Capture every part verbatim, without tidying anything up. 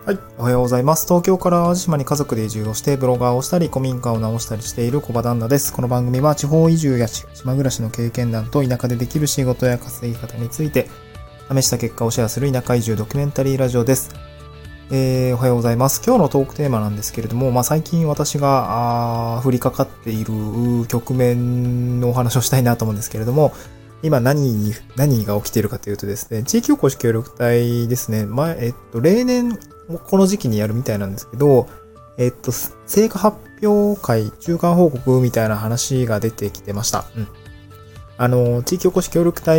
はい。おはようございます。東京から淡路島に家族で移住をしてブロガーをしたり古民家を直したりしている小場旦那です。この番組は地方移住や島暮らしの経験談と田舎でできる仕事や稼ぎ方について試した結果をシェアする田舎移住ドキュメンタリーラジオです。えー、おはようございます。今日のトークテーマなんですけれども、まあ、最近私が降りかかっている局面のお話をしたいなと思うんですけれども、今何に、何が起きているかというとですね、地域おこし協力隊ですね。前、えっと、例年、この時期にやるみたいなんですけど、えっと、成果発表会、中間報告みたいな話が出てきてました。うん。あの、地域おこし協力隊って、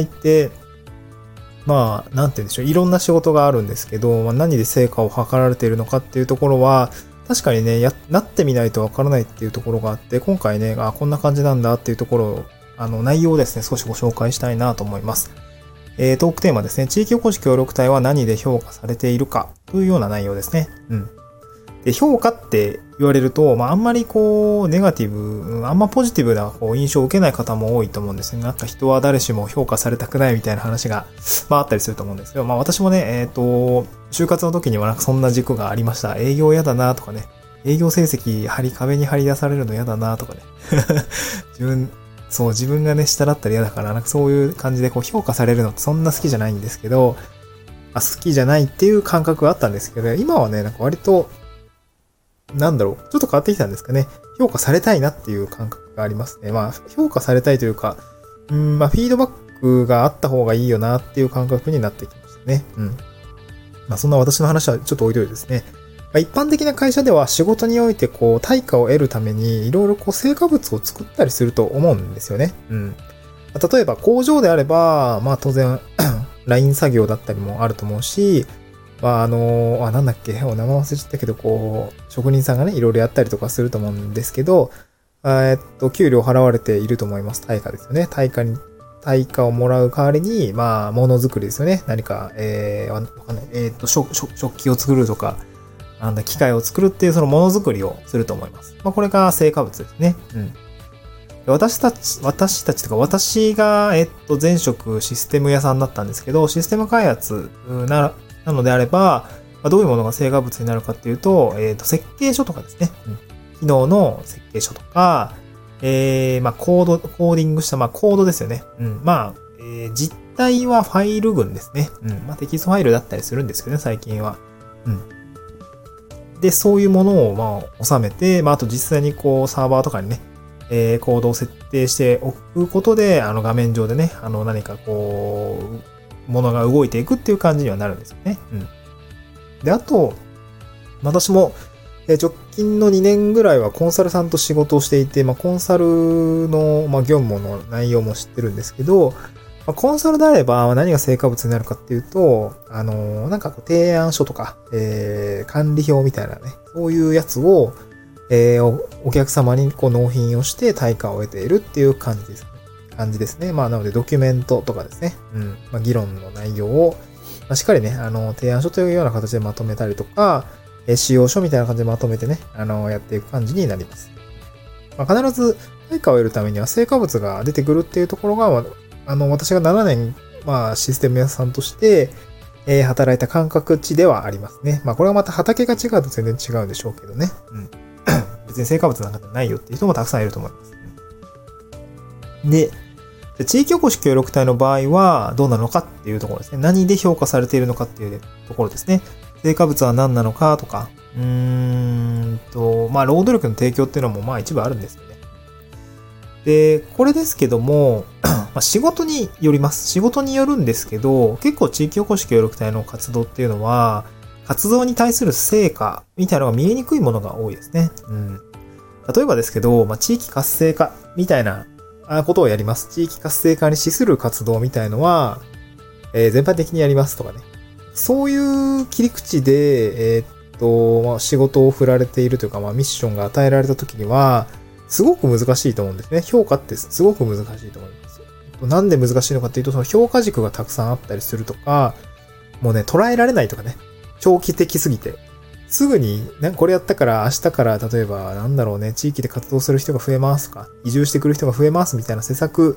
まあ、なんて言うんでしょう、いろんな仕事があるんですけど、まあ、何で成果を図られているのかっていうところは、確かにね、や、なってみないとわからないっていうところがあって、今回ね、あ、こんな感じなんだっていうところを、あの、内容をですね、少しご紹介したいなと思います。えー、トークテーマですね。地域おこし協力隊は何で評価されているかというような内容ですね。うん。で、評価って言われると、まあ、あんまりこう、ネガティブ、あんまポジティブなこう印象を受けない方も多いと思うんですね。なんか人は誰しも評価されたくないみたいな話が、まあ、あったりすると思うんですけど、まあ、私もね、えっと、就活の時にはなんかそんな軸がありました。営業嫌だなとかね。営業成績、張り、壁に張り出されるの嫌だなとかね。自分、そう、自分がね、下だったら嫌だから、なんかそういう感じでこう評価されるのってそんな好きじゃないんですけど、あ、好きじゃないっていう感覚があったんですけど、今はね、なんか割と、なんだろう、ちょっと変わってきたんですかね。評価されたいなっていう感覚がありますね。まあ、評価されたいというか、うん、まあ、フィードバックがあった方がいいよなっていう感覚になってきましたね。うん。まあ、そんな私の話はちょっと置いといてですね。まあ、一般的な会社では仕事においてこう対価を得るためにいろいろこう成果物を作ったりすると思うんですよね。うん。例えば工場であれば、まあ当然ライン作業だったりもあると思うし、まああの、あ、なんだっけ、名前忘れちゃったけど、こう、職人さんがね、いろいろやったりとかすると思うんですけど、えっと、給料払われていると思います。対価ですよね。対価に、対価をもらう代わりに、まあ、ものづくりですよね。何か、えー、わかんない。えっと、食、食、食器を作るとか、なんだ、機械を作るっていうそのものづくりをすると思います。まあ、これが成果物ですね。うん。私たち、私たちとか、私が、えっと、前職システム屋さんだったんですけど、システム開発な、なのであれば、まあ、どういうものが成果物になるかっていうと、えっと、設計書とかですね。うん。機能の設計書とか、えー、まあ、コード、コーディングした、まあ、コードですよね。うん。まあ、えー、実態はファイル群ですね。うん。まあ、テキストファイルだったりするんですけどね、最近は。うん。で、そういうものを、まあ、収めて、まあ、あと実際にこう、サーバーとかにね、えー、コードを設定しておくことで、あの、画面上でね、あの、何かこう、ものが動いていくっていう感じにはなるんですよね。うん。で、あと、私も、えー、直近のにねんぐらいはコンサルさんと仕事をしていて、まあ、コンサルの、まあ、業務の内容も知ってるんですけど、まあ、コンサルであれば何が成果物になるかっていうと、あのー、なんか提案書とか、えー、管理表みたいなね、そういうやつを、えー、お, お客様にこう納品をして対価を得ているっていう感じですね。感じですね。まあ、なのでドキュメントとかですね。うん。まあ、議論の内容を、まあ、しっかりね、あの、提案書というような形でまとめたりとか、えー、使用書みたいな感じでまとめてね、あのー、やっていく感じになります。まあ、必ず対価を得るためには成果物が出てくるっていうところが、あの、私がななねん、まあ、システム屋さんとして、えー、働いた感覚値ではありますね。まあ、これはまた畑が違うと全然違うんでしょうけどね。うん。別に成果物なんかないよっていう人もたくさんいると思います。うん、で、地域おこし協力隊の場合はどうなのかっていうところですね。何で評価されているのかっていうところですね。成果物は何なのかとか、うーんと、まあ、労働力の提供っていうのもまあ一部あるんですよね。で、これですけども、まあ、仕事によります。仕事によるんですけど、結構地域おこし協力隊の活動っていうのは、活動に対する成果みたいなのが見えにくいものが多いですね。うん。例えばですけど、まあ、地域活性化みたいなことをやります。地域活性化に資する活動みたいのは、えー、全般的にやりますとかね。そういう切り口で、えー、っと、まあ、仕事を振られているというか、まあ、ミッションが与えられたときには、すごく難しいと思うんですね。評価ってすごく難しいと思います。なんで難しいのかっていうと、その評価軸がたくさんあったりするとか、もうね、捉えられないとかね、長期的すぎて、すぐに、ね、これやったから明日から例えばなんだろうね、地域で活動する人が増えますとか、移住してくる人が増えますみたいな施策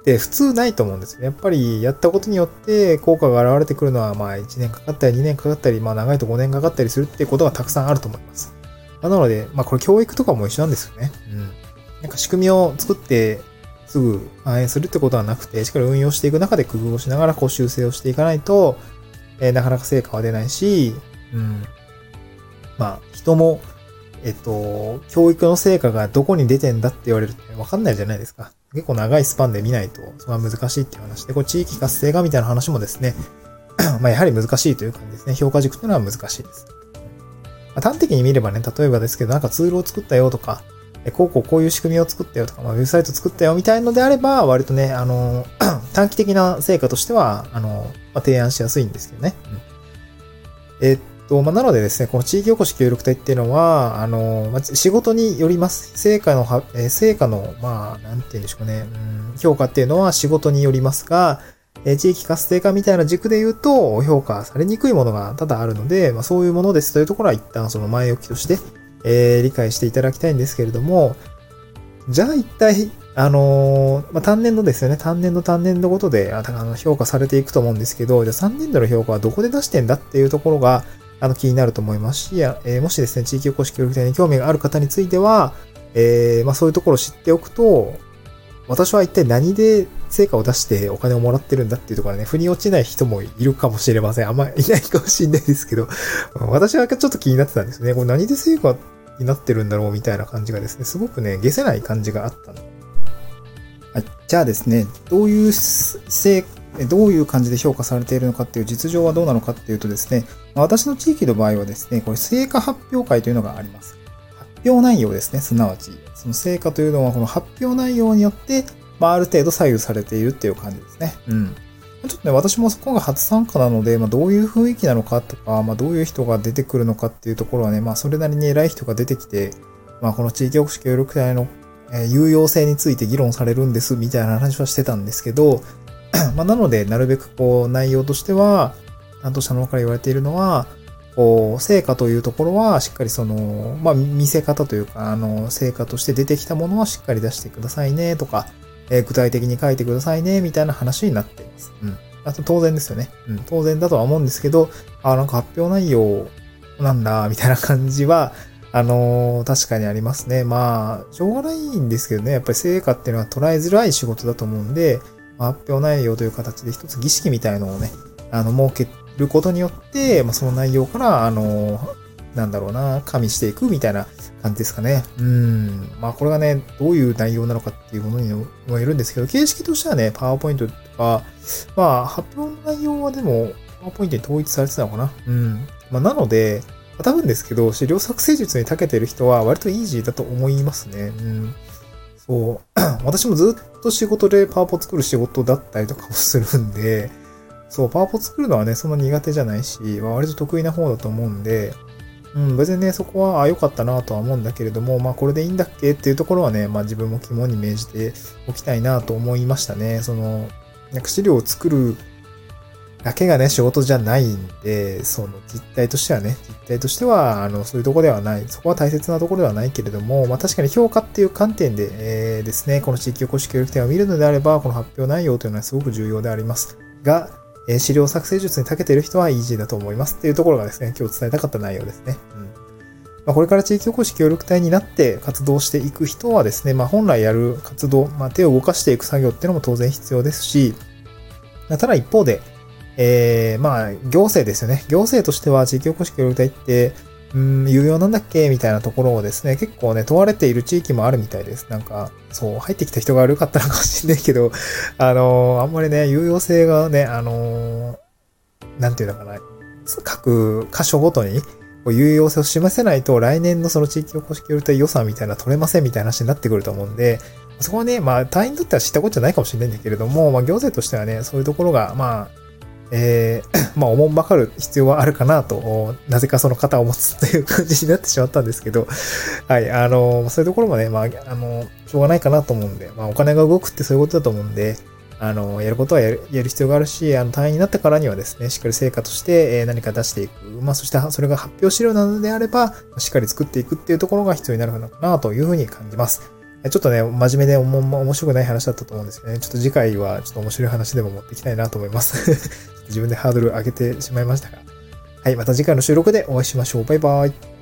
って普通ないと思うんですよ。やっぱりやったことによって効果が現れてくるのは、まあいちねんかかったりにねんかかったり、まあ長いとごねんかかったりするっていうことがたくさんあると思います。なので、まあこれ教育とかも一緒なんですよね。うん。なんか仕組みを作ってすぐ反映するってことはなくて、しっかり運用していく中で工夫をしながらこう修正をしていかないと、えー、なかなか成果は出ないし、うん。まあ人も、えっと、教育の成果がどこに出てんだって言われるとわかんないじゃないですか。結構長いスパンで見ないと、それは難しいっていう話で、これ地域活性化みたいな話もですね、まあやはり難しいという感じですね。評価軸というのは難しいです。まあ、端的に見ればね、例えばですけど、なんかツールを作ったよとか、こうこうこういう仕組みを作ったよとか、まあ、ウェブサイト作ったよみたいのであれば、割とね、あの、短期的な成果としては、あの、まあ、提案しやすいんですけどね。うん、えー、っと、まあ、なのでですね、この地域おこし協力隊っていうのは、あの、まあ、仕事によります。成果の、えー、成果の、まあ、なんて言うんでしょうね、うん、評価っていうのは仕事によりますが、えー、地域活性化みたいな軸で言うと、評価されにくいものが多々あるので、まあ、そういうものですというところは一旦その前置きとして、えー、理解していただきたいんですけれども、じゃあ一体、あのー、まあ、単年度ですよね。単年度単年度ごとであの評価されていくと思うんですけど、じゃあさんねん度の評価はどこで出してんだっていうところが、あの気になると思いますし、えー、もしですね、地域おこし協力隊に興味がある方については、えー、まあそういうところを知っておくと、私は一体何で成果を出してお金をもらってるんだっていうところはね、腑に落ちない人もいるかもしれません。あんまりいないかもしれないですけど、私はちょっと気になってたんですね。これ何で成果になってるんだろうみたいな感じがですね、すごくね、解せない感じがあったの。はい。じゃあですね、どういう成どういう感じで評価されているのかっていう実情はどうなのかっていうとですね、私の地域の場合はですね、これ成果発表会というのがあります。発表内容ですね、すなわち。その成果というのはこの発表内容によって、まあ、ある程度左右されているっていう感じですね。うん。ちょっとね、私もそこが初参加なので、まあ、どういう雰囲気なのかとか、まあ、どういう人が出てくるのかっていうところはね、まあ、それなりに偉い人が出てきて、まあ、この地域おこし協力隊の有用性について議論されるんです、みたいな話はしてたんですけど、まあ、なので、なるべくこう、内容としては、担当者の方から言われているのは、こう、成果というところは、しっかりその、まあ、見せ方というか、あの、成果として出てきたものはしっかり出してくださいね、とか、えー、具体的に書いてくださいね、みたいな話になっています。うん。あと当然ですよね。うん。当然だとは思うんですけど、あ、なんか発表内容なんだ、みたいな感じは、あのー、確かにありますね。まあ、しょうがないんですけどね。やっぱり成果っていうのは捉えづらい仕事だと思うんで、発表内容という形で一つ儀式みたいのをね、あの、設けることによって、まあ、その内容から、あの、なんだろうな、加味していくみたいな感じですかね。うん。まあ、これがね、どういう内容なのかっていうものにもよるんですけど、形式としてはね、パワーポイントとか、まあ、発表の内容はでも、パワーポイントに統一されてたのかな。うん。まあ、なので、多分ですけど、資料作成術に長けてる人は割とイージーだと思いますね。うん。そう。私もずっと仕事でパワポ作る仕事だったりとかもするんで、そう、パワポ作るのはね、そんな苦手じゃないし、割と得意な方だと思うんで、うん、別にね、そこは、あ、良かったなとは思うんだけれども、まあ、これでいいんだっけっていうところはね、まあ、自分も肝に銘じておきたいなと思いましたね。その、なんか資料を作るだけがね、仕事じゃないんで、その実態としてはね、実態としては、あの、そういうところではない、そこは大切なところではないけれども、まあ確かに評価っていう観点で、えー、ですね、この地域おこし協力隊を見るのであれば、この発表内容というのはすごく重要でありますが、えー、資料作成術に長けている人はイージーだと思いますっていうところがですね、今日伝えたかった内容ですね。うん。まあ、これから地域おこし協力隊になって活動していく人はですね、まあ本来やる活動、まあ手を動かしていく作業っていうのも当然必要ですし、ただ一方で、えー、まあ、行政ですよね。行政としては地域おこし協力隊って、うーん、有用なんだっけみたいなところをですね、結構ね、問われている地域もあるみたいです。なんか、そう、入ってきた人が悪かったのかもしれないけど、あのー、あんまりね、有用性がね、あのー、なんていうのかな、各箇所ごとに有用性を示せないと、来年のその地域おこし協力隊予算みたいな取れませんみたいな話になってくると思うんで、そこはね、まあ、隊員にとっては知ったことじゃないかもしれないんだけれども、まあ、行政としてはね、そういうところが、まあ、えー、まあ、おもんばかる必要はあるかなと、なぜかその肩を持つという感じになってしまったんですけど、はい、あの、そういうところもね、まあ、あの、しょうがないかなと思うんで、まあ、お金が動くってそういうことだと思うんで、あの、やることはやる、やる必要があるし、あの、隊員になってからにはですね、しっかり成果として、えー、何か出していく。まあ、そしてそれが発表資料なのであれば、しっかり作っていくっていうところが必要になるのかなというふうに感じます。 ちょっとね、真面目でおも面白くない話だったと思うんですけどね。ちょっと次回はちょっと面白い話でも持っていきたいなと思います。自分でハードル上げてしまいましたが。はい、また次回の収録でお会いしましょう。バイバイ。